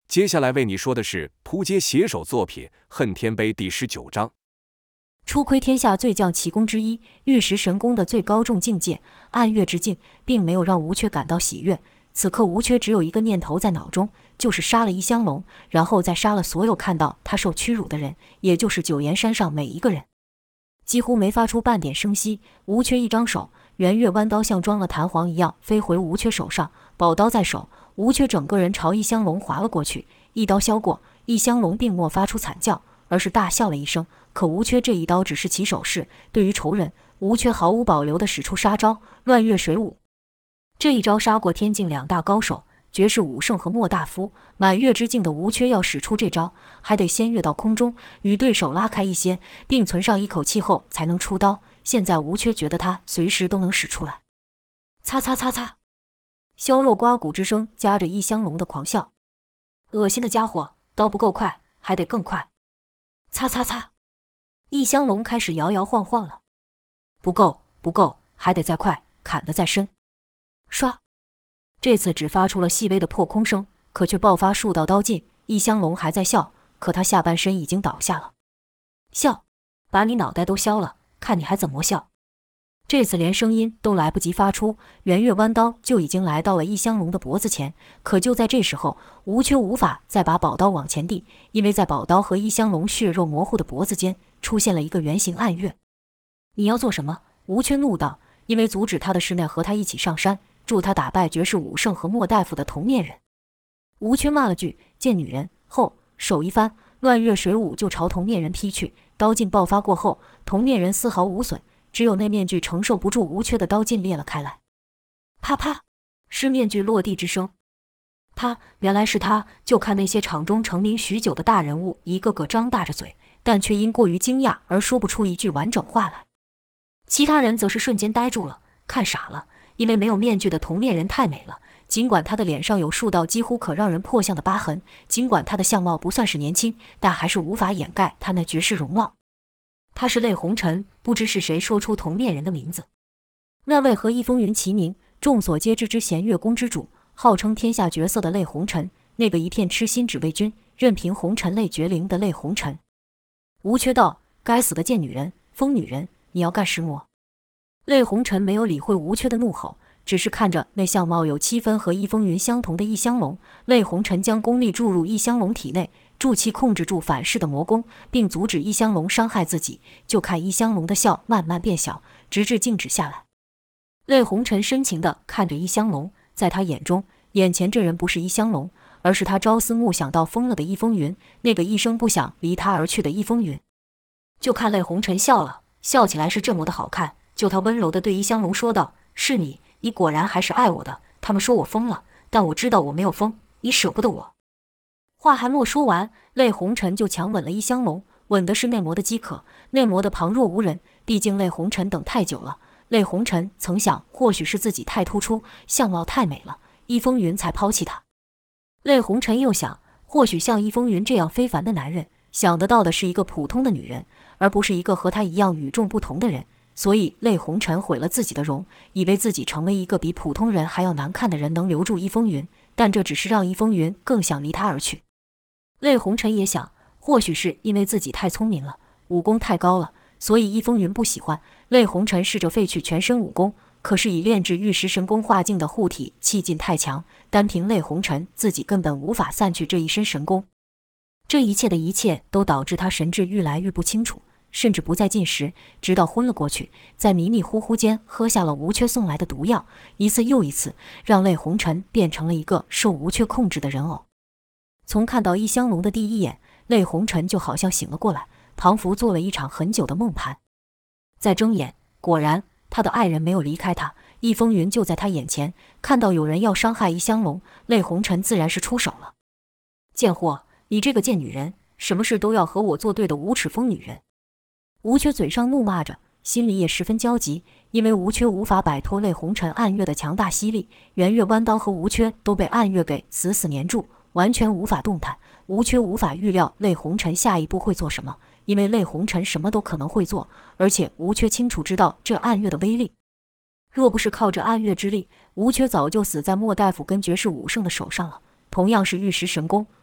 接下来为你说的是扑街写手作品《恨天碑》第19章。 初窥天下最将奇功之一玉石神功的最高重境界暗月之境，并没有让吴缺感到喜悦。此刻吴缺只有一个念头在脑中，就是杀了一香龙，然后再杀了所有看到他受屈辱的人，也就是九岩山上每一个人。几乎没发出半点声息，吴缺一张手，圆月弯刀像装了弹簧一样飞回吴缺手上，宝刀在手，吴缺整个人朝一香龙划了过去，一刀削过，一香龙并没发出惨叫，而是大笑了一声。可吴缺这一刀只是起手式，对于仇人，吴缺毫无保留地使出杀招乱月水舞。这一招杀过天境两大高手绝世武圣和莫大夫，满月之境的吴缺要使出这招，还得先跃到空中，与对手拉开一些，并存上一口气后才能出刀。现在吴缺觉得他随时都能使出来。擦擦擦擦，削肉刮骨之声夹着一香龙的狂笑。恶心的家伙，刀不够快，还得更快。擦擦擦，一香龙开始摇摇晃晃了。不够，不够，还得再快，砍得再深。唰，这次只发出了细微的破空声，可却爆发数道刀劲。一香龙还在笑，可他下半身已经倒下了。笑，把你脑袋都削了，看你还怎么笑。这次连声音都来不及发出，圆月弯刀就已经来到了一香龙的脖子前。可就在这时候，吴缺无法再把宝刀往前递，因为在宝刀和一香龙血肉模糊的脖子间出现了一个圆形暗月。你要做什么？吴缺怒道，因为阻止他的是那和他一起上山助他打败绝世武圣和莫大夫的铜面人。吴缺骂了句贱女人后，手一翻，乱月水舞就朝铜面人劈去。刀劲爆发过后，铜面人丝毫无损，只有那面具承受不住吴缺的刀劲裂了开来。啪啪，是面具落地之声。他，原来是他。就看那些场中成名许久的大人物一个个张大着嘴，但却因过于惊讶而说不出一句完整话来。其他人则是瞬间呆住了，看傻了，因为没有面具的铜面人太美了。尽管他的脸上有数道几乎可让人破相的疤痕，尽管他的相貌不算是年轻，但还是无法掩盖他那绝世容貌。他是泪红尘，不知是谁说出铜面人的名字。那位和一风云齐名，众所皆知之弦月宫之主，号称天下绝色的泪红尘，那个一片痴心只为君，任凭红尘泪绝灵的泪红尘。吴缺道，该死的贱女人，疯女人，你要干什么？泪红尘没有理会吴缺的怒吼，只是看着那相貌有7分和一风云相同的一香龙。泪红尘将功力注入一香龙体内，助其控制住反噬的魔功，并阻止一香龙伤害自己。就看一香龙的笑慢慢变小，直至静止下来。泪红尘深情地看着一香龙，在他眼中，眼前这人不是一香龙，而是他朝思暮想到疯了的一风云，那个一声不响离他而去的一风云。就看泪红尘笑了，笑起来是这么的好看。就他温柔地对一香龙说道，是你，你果然还是爱我的。他们说我疯了，但我知道我没有疯，你舍不得我。话还没说完，泪红尘就强吻了一香龙，吻的是内魔的饥渴，内魔的旁若无人。毕竟泪红尘等太久了，泪红尘曾想，或许是自己太突出，相貌太美了，一风云才抛弃他。泪红尘又想，或许像一风云这样非凡的男人，想得到的是一个普通的女人，而不是一个和他一样与众不同的人。所以泪红尘毁了自己的容，以为自己成为一个比普通人还要难看的人能留住一风云，但这只是让一风云更想离他而去。泪红尘也想，或许是因为自己太聪明了，武功太高了，所以一风云不喜欢。泪红尘试着废去全身武功，可是以炼制玉石神功化境的护体气劲太强，单凭泪红尘自己根本无法散去这一身神功。这一切的一切都导致他神志愈来愈不清楚，甚至不再进食，直到昏了过去，在迷迷糊糊间喝下了吴缺送来的毒药，一次又一次，让泪红尘变成了一个受吴缺控制的人偶。从看到一香龙的第一眼，泪红尘就好像醒了过来，彷佛做了一场很久的梦盘。再睁眼，果然他的爱人没有离开他，一风云就在他眼前。看到有人要伤害一香龙，泪红尘自然是出手了。贱货，你这个贱女人，什么事都要和我作对的无耻疯女人！吴缺嘴上怒骂着，心里也十分焦急，因为吴缺无法摆脱泪红尘暗月的强大吸力，圆月弯刀和吴缺都被暗月给死死粘住，完全无法动弹。吴缺无法预料泪红尘下一步会做什么，因为泪红尘什么都可能会做，而且吴缺清楚知道这暗月的威力。若不是靠着暗月之力，吴缺早就死在莫大夫跟绝世武圣的手上了。同样是玉石神功，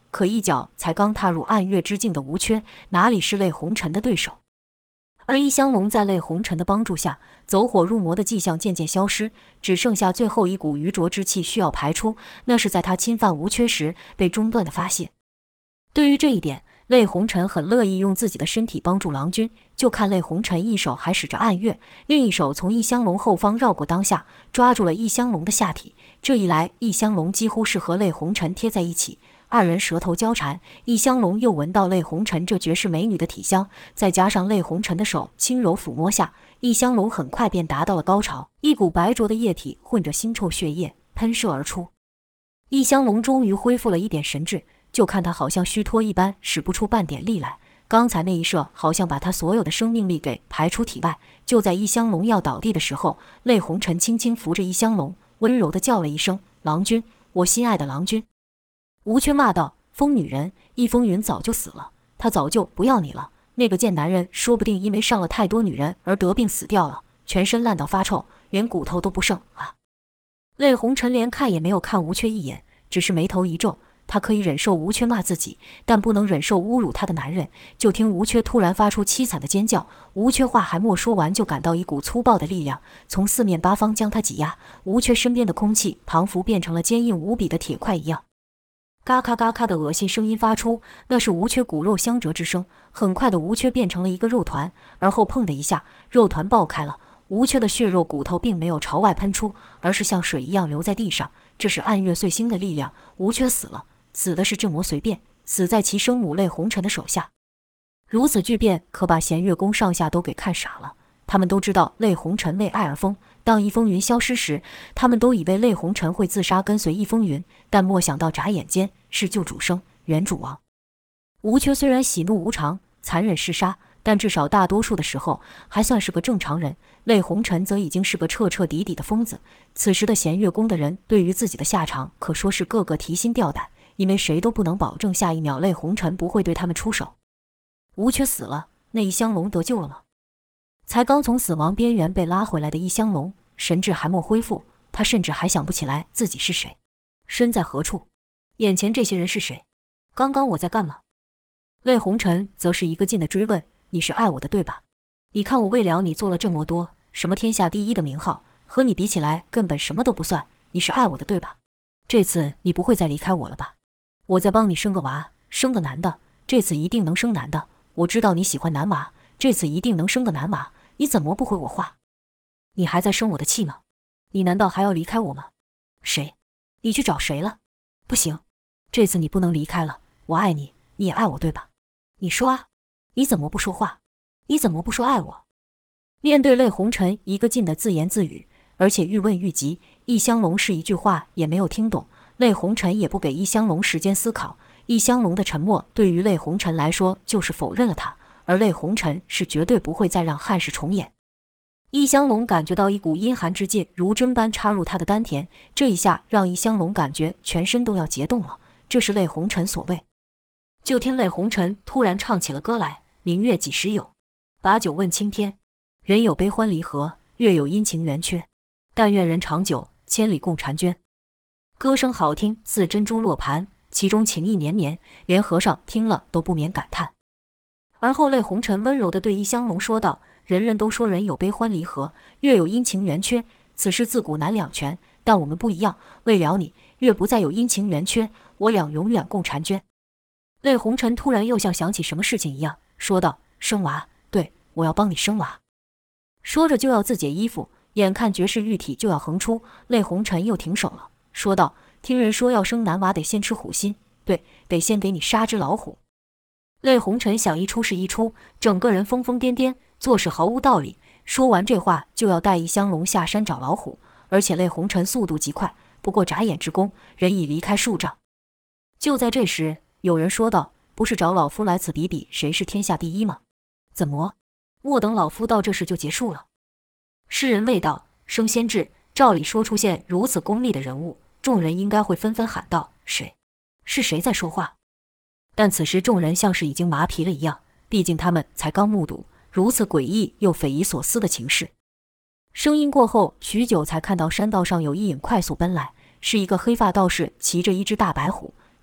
可一脚才刚踏入暗月之境的吴缺，哪里是泪红尘的对手？而一香龙在泪红尘的帮助下，走火入魔的迹象渐渐消失，只剩下最后一股余浊之气需要排出，那是在他侵犯吴缺时被中断的发泄。对于这一点，泪红尘很乐意用自己的身体帮助郎君，就看泪红尘一手还使着暗月，另一手从一香龙后方绕过当下，抓住了一香龙的下体。这一来，一香龙几乎是和泪红尘贴在一起，二人舌头交缠，一香龙又闻到泪红尘这绝世美女的体香，再加上泪红尘的手轻柔抚摸下，一香龙很快便达到了高潮，一股白浊的液体混着腥臭血液喷射而出。一香龙终于恢复了一点神智，就看他好像虚脱一般，使不出半点力来。刚才那一射好像把他所有的生命力给排出体外。就在一香龙要倒地的时候，泪红尘轻轻扶着一香龙，温柔地叫了一声：“郎君，我心爱的郎君。”吴缺骂道：“疯女人，易风云早就死了，他早就不要你了。那个贱男人说不定因为上了太多女人而得病死掉了，全身烂到发臭，连骨头都不剩啊！”泪红尘连看也没有看吴缺一眼，只是眉头一皱。他可以忍受吴缺骂自己，但不能忍受侮辱他的男人。就听吴缺突然发出凄惨的尖叫，吴缺话还没说完，就感到一股粗暴的力量从四面八方将他挤压，吴缺身边的空气彷佛变成了坚硬无比的铁块一样。嘎咔嘎咔的恶心声音发出，那是吴缺骨肉相折之声。很快的，吴缺变成了一个肉团，而后砰的一下，肉团爆开了。吴缺的血肉骨头并没有朝外喷出，而是像水一样流在地上。这是暗月碎星的力量。吴缺死了，死的是这魔随便，死在其生母泪红尘的手下。如此巨变，可把弦月宫上下都给看傻了。他们都知道泪红尘为爱而疯，当易风云消失时，他们都以为泪红尘会自杀跟随易风云，但莫想到眨眼间是救主生，原主亡。吴缺虽然喜怒无常，残忍嗜杀，但至少大多数的时候还算是个正常人。泪红尘则已经是个彻彻底底的疯子。此时的弦月宫的人对于自己的下场可说是个个提心吊胆，因为谁都不能保证下一秒泪红尘不会对他们出手。吴缺死了，那一香龙得救了吗？才刚从死亡边缘被拉回来的一香龙，神智还没恢复，他甚至还想不起来自己是谁，身在何处，眼前这些人是谁，刚刚我在干嘛？泪红尘则是一个劲的追问：“你是爱我的对吧？你看我为了你做了这么多，什么天下第一的名号，和你比起来根本什么都不算。你是爱我的对吧？这次你不会再离开我了吧？我再帮你生个娃，生个男的，这次一定能生男的。我知道你喜欢男娃，这次一定能生个男娃。你怎么不回我话？你还在生我的气吗？你难道还要离开我吗？谁？你去找谁了？不行，这次你不能离开了。我爱你，你也爱我对吧？你说啊，你怎么不说话？你怎么不说爱我？”面对泪红尘一个劲的自言自语，而且愈问愈急，易香龙是一句话也没有听懂。泪红尘也不给易香龙时间思考，易香龙的沉默对于泪红尘来说就是否认了他，而泪红尘是绝对不会再让憾事重演。易香龙感觉到一股阴寒之劲如针般插入他的丹田，这一下让易香龙感觉全身都要结冻了，这是泪红尘所为。就听泪红尘突然唱起了歌来：“明月几时有？把酒问青天。人有悲欢离合，月有阴晴圆缺。但愿人长久，千里共婵娟。”歌声好听似珍珠落盘，其中情意绵绵，连和尚听了都不免感叹。而后泪红尘温柔地对易香龙说道：“人人都说人有悲欢离合，月有阴晴圆缺，此事自古难两全，但我们不一样，为了你，月不再有阴晴圆缺，我俩永远共婵娟。”泪红尘突然又像想起什么事情一样，说道：“生娃，对，我要帮你生娃。”说着就要自解衣服，眼看绝世玉体就要横出，泪红尘又停手了，说道：“听人说要生男娃得先吃虎心，对，得先给你杀只老虎。”泪红尘想一出是一出，整个人疯疯癫癫，做事毫无道理。说完这话就要带易香龙下山找老虎，而且泪红尘速度极快，不过眨眼之功，人已离开数丈。就在这时，有人说道：“不是找老夫来此比比谁是天下第一吗？怎么莫等老夫到这时就结束了？”诗人未到，升仙至，照理说出现如此功利的人物，众人应该会纷纷喊道：“谁？是谁在说话？”但此时众人像是已经麻痹了一样，毕竟他们才刚目睹如此诡异又匪夷所思的情事。声音过后，许久才看到山道上有一影快速奔来，是一个黑发道士骑着一只大白虎，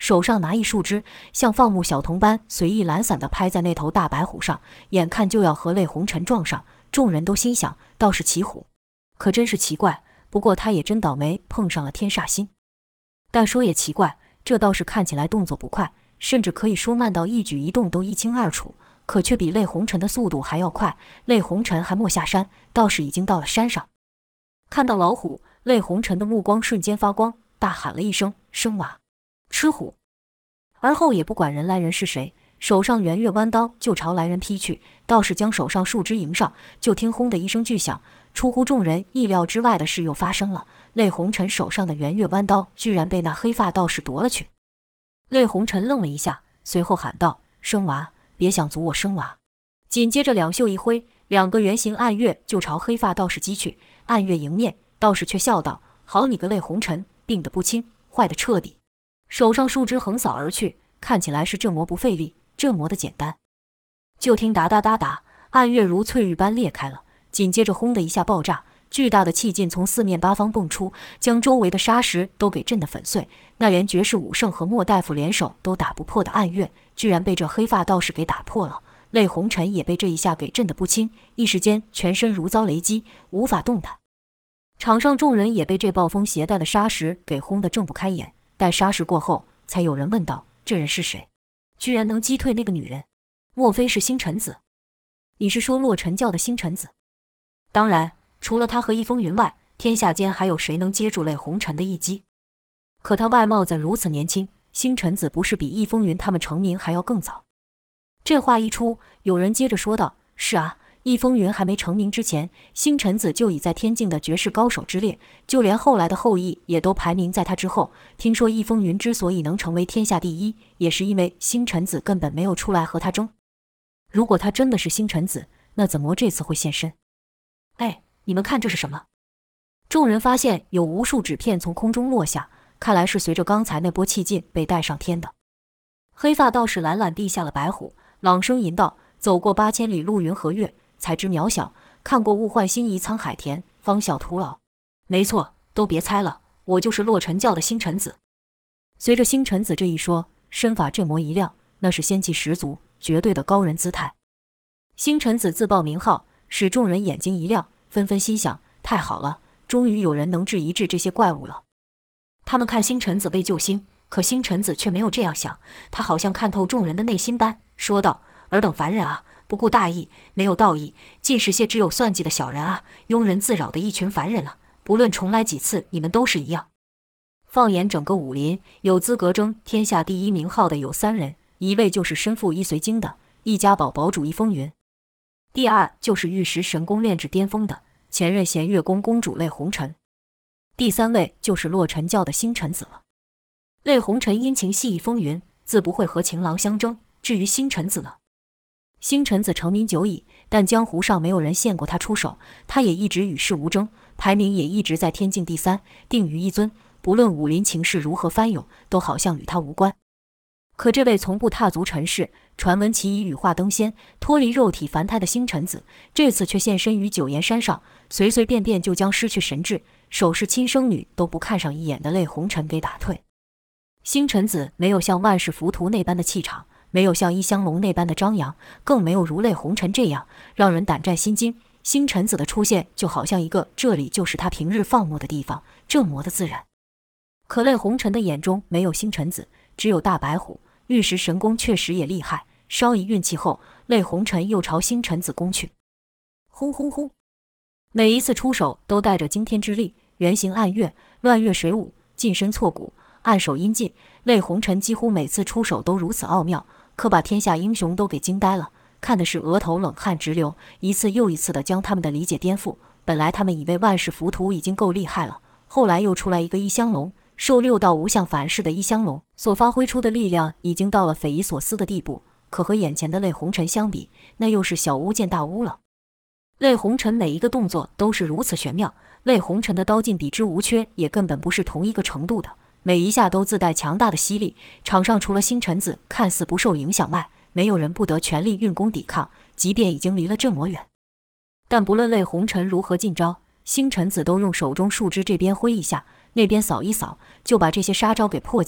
手上拿一树枝，像放牧小童般随意懒散地拍在那头大白虎上，眼看就要和泪红尘撞上。众人都心想，倒是奇虎，可真是奇怪。不过他也真倒霉，碰上了天煞星。但说也奇怪，这道士看起来动作不快，甚至可以说慢到一举一动都一清二楚，可却比泪红尘的速度还要快。泪红尘还没下山，道士已经到了山上。看到老虎，泪红尘的目光瞬间发光，大喊了一声：“生娃！”吃虎！而后也不管人来人是谁，手上圆月弯刀就朝来人劈去。道士将手上树枝迎上，就听轰的一声巨响，出乎众人意料之外的事又发生了，泪红尘手上的圆月弯刀居然被那黑发道士夺了去。泪红尘愣了一下，随后喊道：“生娃！别想阻我生娃！”紧接着两袖一挥，2个圆形暗月就朝黑发道士击去。暗月迎面，道士却笑道：“好你个泪红尘，病得不轻，坏得彻底！”手上树枝横扫而去，看起来是这磨不费力，这磨得简单。就听哒哒哒哒，暗月如翠玉般裂开了，紧接着轰的一下爆炸，巨大的气劲从四面八方蹦出，将周围的沙石都给震得粉碎。那连绝世武圣和莫大夫联手都打不破的暗月，居然被这黑发道士给打破了。泪红尘也被这一下给震得不轻，一时间全身如遭雷击，无法动弹。场上众人也被这暴风携带的沙石给轰得睁不开眼。待沙石过后，才有人问道：“这人是谁？居然能击退那个女人？莫非是星辰子？你是说洛尘教的星辰子？当然，除了他和易风云外，天下间还有谁能接住泪红尘的一击？可他外貌怎如此年轻？星辰子不是比易风云他们成名还要更早？”这话一出，有人接着说道：“是啊，易风云还没成名之前，星辰子就已在天境的绝世高手之列，就连后来的后羿也都排名在他之后。听说易风云之所以能成为天下第一，也是因为星辰子根本没有出来和他争。如果他真的是星辰子，那怎么这次会现身？哎，你们看这是什么？”众人发现有无数纸片从空中落下，看来是随着刚才那波气劲被带上天的。黑发道士懒懒地下了白虎，朗声吟道：“走过8000里路云和月，才知渺小；看过物换星移沧海田，方晓徒劳。”没错，都别猜了，我就是洛尘教的星辰子。随着星辰子这一说，身法这模一亮，那是仙气十足，绝对的高人姿态。星辰子自报名号，使众人眼睛一亮，纷纷心想：太好了，终于有人能治一治这些怪物了。他们看星辰子被救星，可星辰子却没有这样想，他好像看透众人的内心般，说道：“尔等凡人啊，不顾大义，没有道义，尽是些只有算计的小人啊，庸人自扰的一群凡人啊！不论重来几次，你们都是一样。”放眼整个武林，有资格争天下第一名号的有3人，一位就是身负一随经的易家宝堡主易风云，第二就是玉石神功炼至巅峰的前任弦月宫公主泪红尘，第3位就是洛尘教的星辰子了。泪红尘因情系易风云，自不会和情郎相争。至于星辰子呢？星辰子成名久矣，但江湖上没有人见过他出手，他也一直与世无争，排名也一直在天境第3，定于一尊。不论武林情势如何翻涌，都好像与他无关。可这位从不踏足尘世，传闻其已羽化登仙，脱离肉体凡胎的星辰子，这次却现身于九岩山上，随随便便就将失去神智、手是亲生女都不看上一眼的泪红尘给打退。星辰子没有像万世浮屠那般的气场，没有像一香龙那般的张扬，更没有如泪红尘这样让人胆战心惊。星辰子的出现就好像一个这里就是他平日放牧的地方，这么的自然。可泪红尘的眼中没有星辰子，只有大白虎。玉石神功确实也厉害，稍一运气后，泪红尘又朝星辰子攻去。轰轰轰！每一次出手都带着惊天之力，圆形暗月、乱月水舞，近身错骨，暗手阴劲。泪红尘几乎每次出手都如此奥妙，可把天下英雄都给惊呆了，看的是额头冷汗直流，一次又一次地将他们的理解颠覆。本来他们以为万世浮屠已经够厉害了，后来又出来一个一香龙，受6道无相反噬的一香龙所发挥出的力量已经到了匪夷所思的地步，可和眼前的泪红尘相比，那又是小巫见大巫了。泪红尘每一个动作都是如此玄妙，泪红尘的刀劲比之无缺，也根本不是同一个程度的，每一下都自带强大的吸力。场上除了星辰子看似不受影响外，没有人不得全力运功抵抗，即便已经离了这么远。但不论泪红尘如何进招，星辰子都用手中树枝这边挥一下，那边扫一扫，就把这些杀招给破解。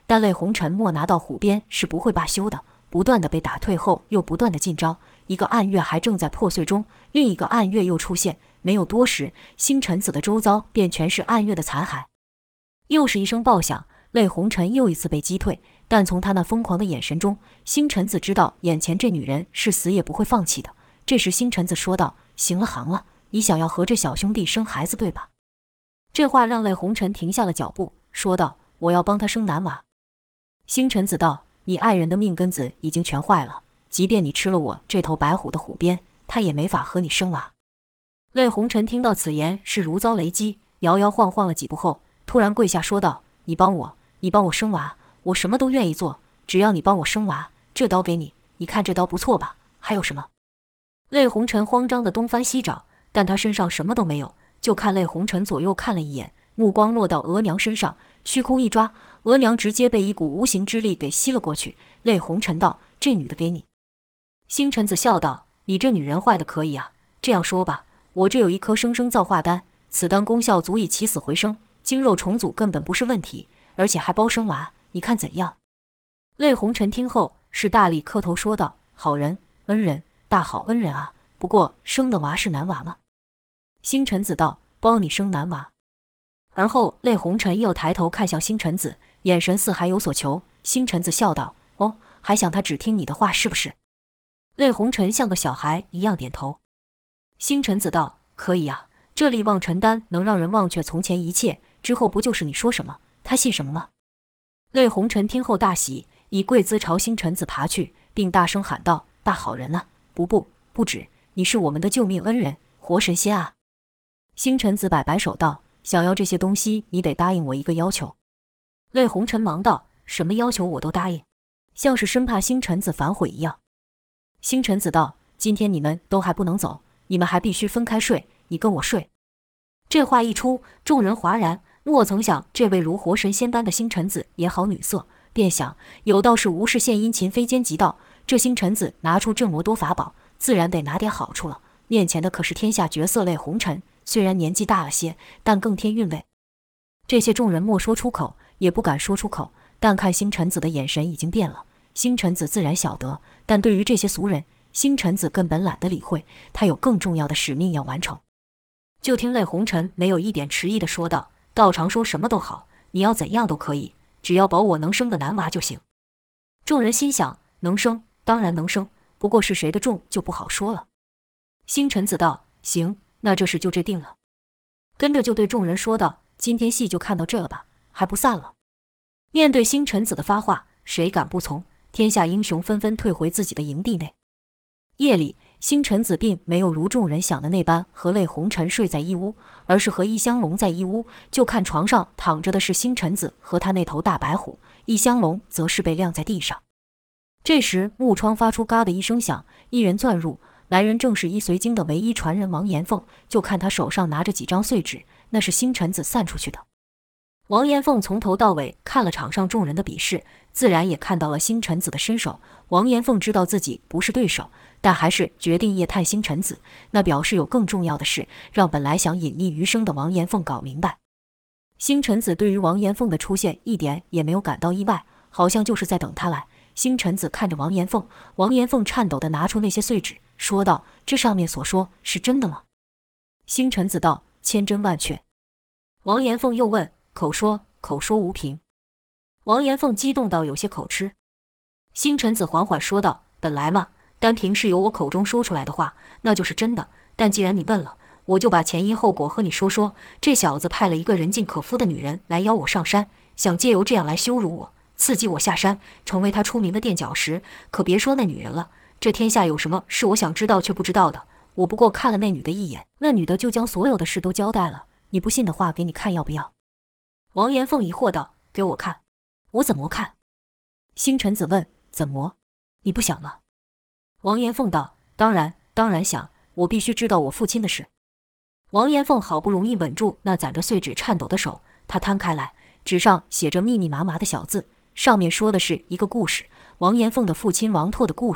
但泪红尘莫拿到虎鞭是不会罢休的，不断的被打退后，又不断的进招。一个暗月还正在破碎中，另一个暗月又出现。没有多时，星辰子的周遭便全是暗月的残骸。又是一声爆响，泪红尘又一次被击退。但从他那疯狂的眼神中，星辰子知道眼前这女人是死也不会放弃的。这时星辰子说道：“行了行了，你想要和这小兄弟生孩子对吧？”这话让泪红尘停下了脚步，说道：“我要帮他生男娃。”星辰子道：“你爱人的命根子已经全坏了，即便你吃了我这头白虎的虎鞭，他也没法和你生娃。”泪红尘听到此言是如遭雷击，摇摇晃晃了几步后，突然跪下说道：“你帮我生娃，我什么都愿意做，只要你帮我生娃。这刀给你，你看这刀不错吧？还有什么？”泪红尘慌张的东翻西找，但他身上什么都没有，就看泪红尘左右看了一眼，目光落到额娘身上，虚空一抓，额娘直接被一股无形之力给吸了过去。泪红尘道：“这女的给你。”星辰子笑道：“你这女人坏的可以啊，这样说吧，我这有一颗生生造化丹，此丹功效足以起死回生，精肉重组根本不是问题，而且还包生娃，你看怎样？”泪红尘听后是大力磕头说道：“好人恩人，大好恩人啊！不过生的娃是男娃吗？”星辰子道：“包你生男娃。”而后泪红尘又抬头看向星辰子，眼神似还有所求。星辰子笑道：“哦，还想他只听你的话是不是？”泪红尘像个小孩一样点头。星辰子道：“可以啊，这粒忘尘丹能让人忘却从前一切，之后不就是你说什么他信什么吗？”泪红尘听后大喜，以跪姿朝星辰子爬去，并大声喊道：“大好人啊，不止，你是我们的救命恩人，活神仙啊！”星辰子摆摆手道：“想要这些东西，你得答应我一个要求。”泪红尘忙道：“什么要求我都答应。”像是生怕星辰子反悔一样。星辰子道：“今天你们都还不能走，你们还必须分开睡，你跟我睡。”这话一出，众人哗然，莫曾想这位如活神仙般的星辰子也好女色，便想有道是无事献殷勤非奸即盗，这星辰子拿出这么多法宝，自然得拿点好处了。面前的可是天下绝色泪红尘，虽然年纪大了些，但更添韵味。这些众人莫说出口，也不敢说出口，但看星辰子的眼神已经变了。星辰子自然晓得，但对于这些俗人，星辰子根本懒得理会，他有更重要的使命要完成。就听泪红尘没有一点迟疑地说道：“道长说什么都好，你要怎样都可以，只要保我能生个男娃就行。”众人心想：能生当然能生，不过是谁的重就不好说了。星辰子道：“行，那这事就这定了。”跟着就对众人说道：“今天戏就看到这了吧，还不散了？”面对星辰子的发话，谁敢不从？天下英雄纷纷退回自己的营地内。夜里，星辰子并没有如众人想的那般和泪红尘睡在一屋，而是和易香龙在一屋。就看床上躺着的是星辰子和他那头大白虎，易香龙则是被晾在地上。这时木窗发出嘎的一声响，一人钻入，来人正是医随经的唯一传人王延凤。就看他手上拿着几张碎纸，那是星辰子散出去的。王延凤从头到尾看了场上众人的比试，自然也看到了星辰子的身手。王延凤知道自己不是对手，但还是决定夜探星辰子，那表示有更重要的事让本来想隐匿余生的王延凤搞明白。星辰子对于王延凤的出现一点也没有感到意外，好像就是在等他来。星辰子看着王延凤，王延凤颤抖地拿出那些碎纸，说道：“这上面所说是真的吗？”星辰子道：“千真万确。”王延凤又问：“口说无凭。”王延凤激动到有些口吃。星辰子缓缓说道：“本来嘛，单凭是由我口中说出来的话，那就是真的。但既然你问了，我就把前因后果和你说说。这小子派了一个人尽可夫的女人来邀我上山，想借由这样来羞辱我，刺激我下山，成为他出名的垫脚石。可别说那女人了，这天下有什么是我想知道却不知道的？我不过看了那女的一眼，那女的就将所有的事都交代了。你不信的话，给你看，要不要？”王延凤疑惑道：“给我看？我怎么看？”星辰子问：“怎么？你不想了？”王延凤道：“当然想，我必须知道我父亲的事。”王延凤好不容易稳住那攒着碎纸颤抖的手，他摊开来，纸上写着密密麻麻的小字，上面说的是一个故事，王延凤的父亲王拓的故事。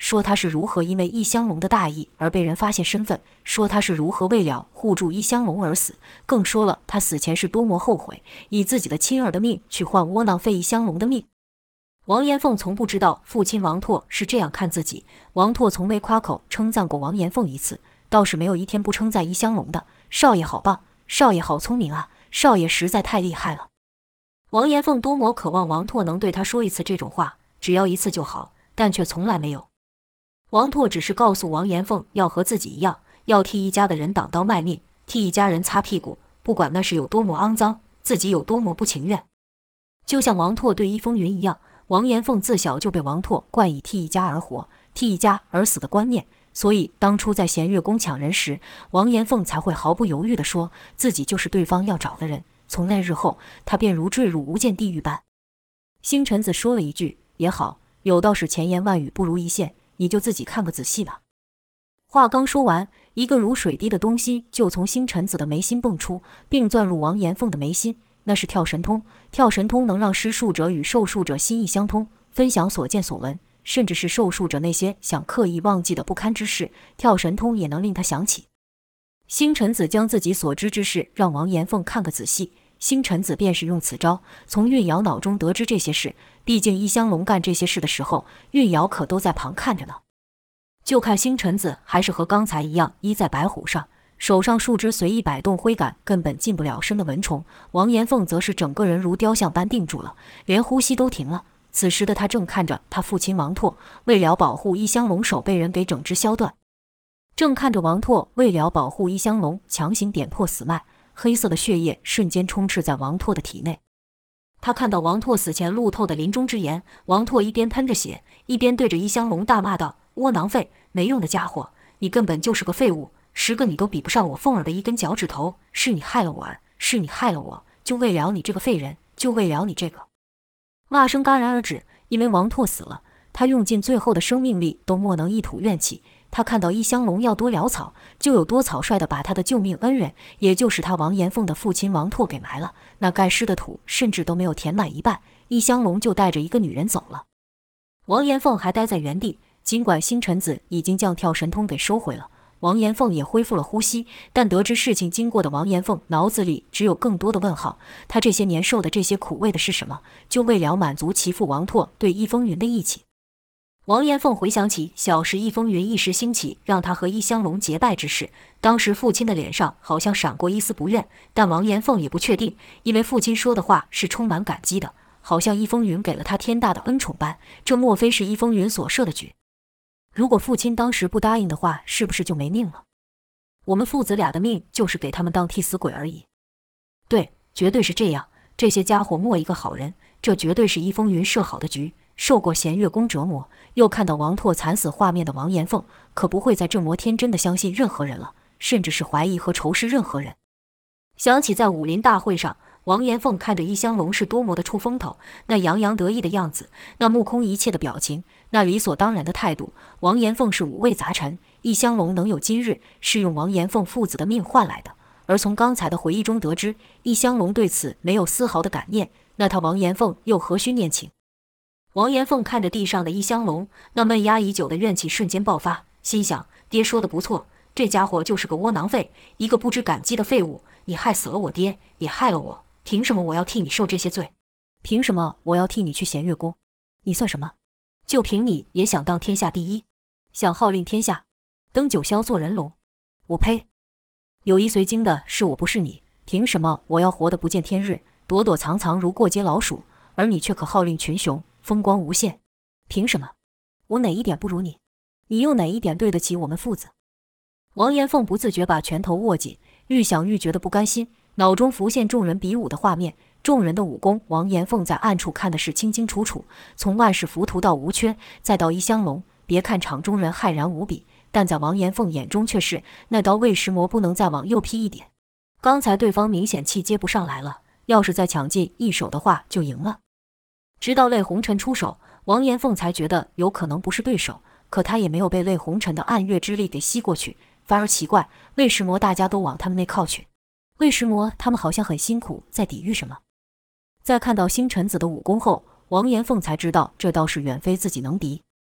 说他是如何因为异香龙的大意而被人发现身份，说他是如何为了护住异香龙而死，更说了他死前是多么后悔以自己的亲儿的命去换窝囊废异香龙的命。王延凤从不知道父亲王拓是这样看自己，王拓从未夸口称赞过王延凤一次，倒是没有一天不称赞异香龙的。少爷好棒，少爷好聪明啊，少爷实在太厉害了。王延凤多么渴望王拓能对他说一次这种话，只要一次就好，但却从来没有。王拓只是告诉王延凤要和自己一样，要替一家的人挡刀卖命，替一家人擦屁股，不管那是有多么肮脏，自己有多么不情愿。就像王拓对易风云一样，王延凤自小就被王拓灌以替一家而活、替一家而死的观念，所以当初在弦月宫抢人时，王延凤才会毫不犹豫地说自己就是对方要找的人。从那日后，他便如坠入无间地狱般。星辰子说了一句：“也好，有道是千言万语不如一线，你就自己看个仔细吧。”话刚说完，一个如水滴的东西就从星辰子的眉心蹦出，并钻入王延凤的眉心。那是跳神通，跳神通能让施术者与受术者心意相通，分享所见所闻，甚至是受术者那些想刻意忘记的不堪之事，跳神通也能令他想起。星辰子将自己所知之事让王延凤看个仔细，星辰子便是用此招从韵瑶脑中得知这些事。毕竟异香龙干这些事的时候，韵瑶可都在旁看着呢。就看星辰子还是和刚才一样依在白虎上，手上树枝随意摆动挥杆，根本近不了身的蚊虫。王延凤则是整个人如雕像般定住了，连呼吸都停了。此时的他正看着他父亲王拓为了保护异香龙手被人给整只削断，正看着王拓为了保护异香龙强行点破死脉，黑色的血液瞬间充斥在王拓的体内。他看到王拓死前路透的临终之言，王拓一边喷着血，一边对着异香龙大骂道：“窝囊废，没用的家伙，你根本就是个废物，10个你都比不上我凤儿的一根脚趾头，是你害了我儿，是你害了我，就为了你这个废人，就为了你这个。”骂声戛然而止，因为王拓死了，他用尽最后的生命力都莫能一吐怨气。他看到异香龙要多潦草，就有多草率地把他的救命恩人，也就是他王延凤的父亲王拓给埋了。那盖尸的土甚至都没有填满一半，异香龙就带着一个女人走了。王延凤还待在原地，尽管星辰子已经将跳神通给收回了，王延凤也恢复了呼吸，但得知事情经过的王延凤脑子里只有更多的问号。他这些年受的这些苦为的是什么？就为了满足其父王拓对易风云的义气。王延凤回想起小时易风云一时兴起让他和异香龙结拜之事，当时父亲的脸上好像闪过一丝不愿，但王延凤也不确定，因为父亲说的话是充满感激的，好像易风云给了他天大的恩宠般，这莫非是易风云所设的局？如果父亲当时不答应的话，是不是就没命了？我们父子俩的命就是给他们当替死鬼而已。对，绝对是这样，这些家伙没一个好人，这绝对是易风云设好的局。受过弦月宫折磨，又看到王拓惨死画面的王延凤，可不会再这么天真的相信任何人了，甚至是怀疑和仇视任何人。想起在武林大会上，王延凤看着异香龙是多么的出风头，那洋洋得意的样子，那目空一切的表情，那理所当然的态度。王延凤是五味杂陈，异香龙能有今日，是用王延凤父子的命换来的。而从刚才的回忆中得知，异香龙对此没有丝毫的感念，那他王延凤又何须念情？王延凤看着地上的异香龙，那闷压已久的怨气瞬间爆发，心想：爹说的不错，这家伙就是个窝囊废，一个不知感激的废物。你害死了我爹，也害了我，凭什么我要替你受这些罪？凭什么我要替你去弦月宫？你算什么？就凭你也想当天下第一，想号令天下，登九霄做人龙？我呸！有意随经的是我，不是你，凭什么我要活得不见天日，躲躲藏藏如过街老鼠，而你却可号令群雄，风光无限？凭什么？我哪一点不如你？你又哪一点对得起我们父子？王延凤不自觉把拳头握紧，愈想愈觉得不甘心，脑中浮现众人比武的画面，众人的武功，王延凤在暗处看的是清清楚楚，从万世浮屠到无缺，再到异香龙，别看场中人骇然无比，但在王延凤眼中却是那刀魏石魔不能再往右劈一点。刚才对方明显气接不上来了，要是再抢进一手的话就赢了。直到泪红尘出手，王延凤才觉得有可能不是对手，可他也没有被泪红尘的暗月之力给吸过去，反而奇怪，魏石魔大家都往他们那靠去，魏石魔他们好像很辛苦在抵御什么。在看到星辰子的武功后，王延凤才知道这倒是远非自己能敌。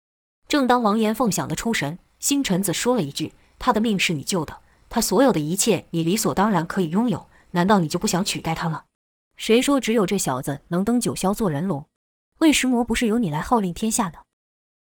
正当王延凤想得出神，星辰子说了一句：“他的命是你救的，他所有的一切你理所当然可以拥有，难道你就不想取代他了？”谁说只有这小子能登九霄做人龙？魏石魔不是由你来号令天下的？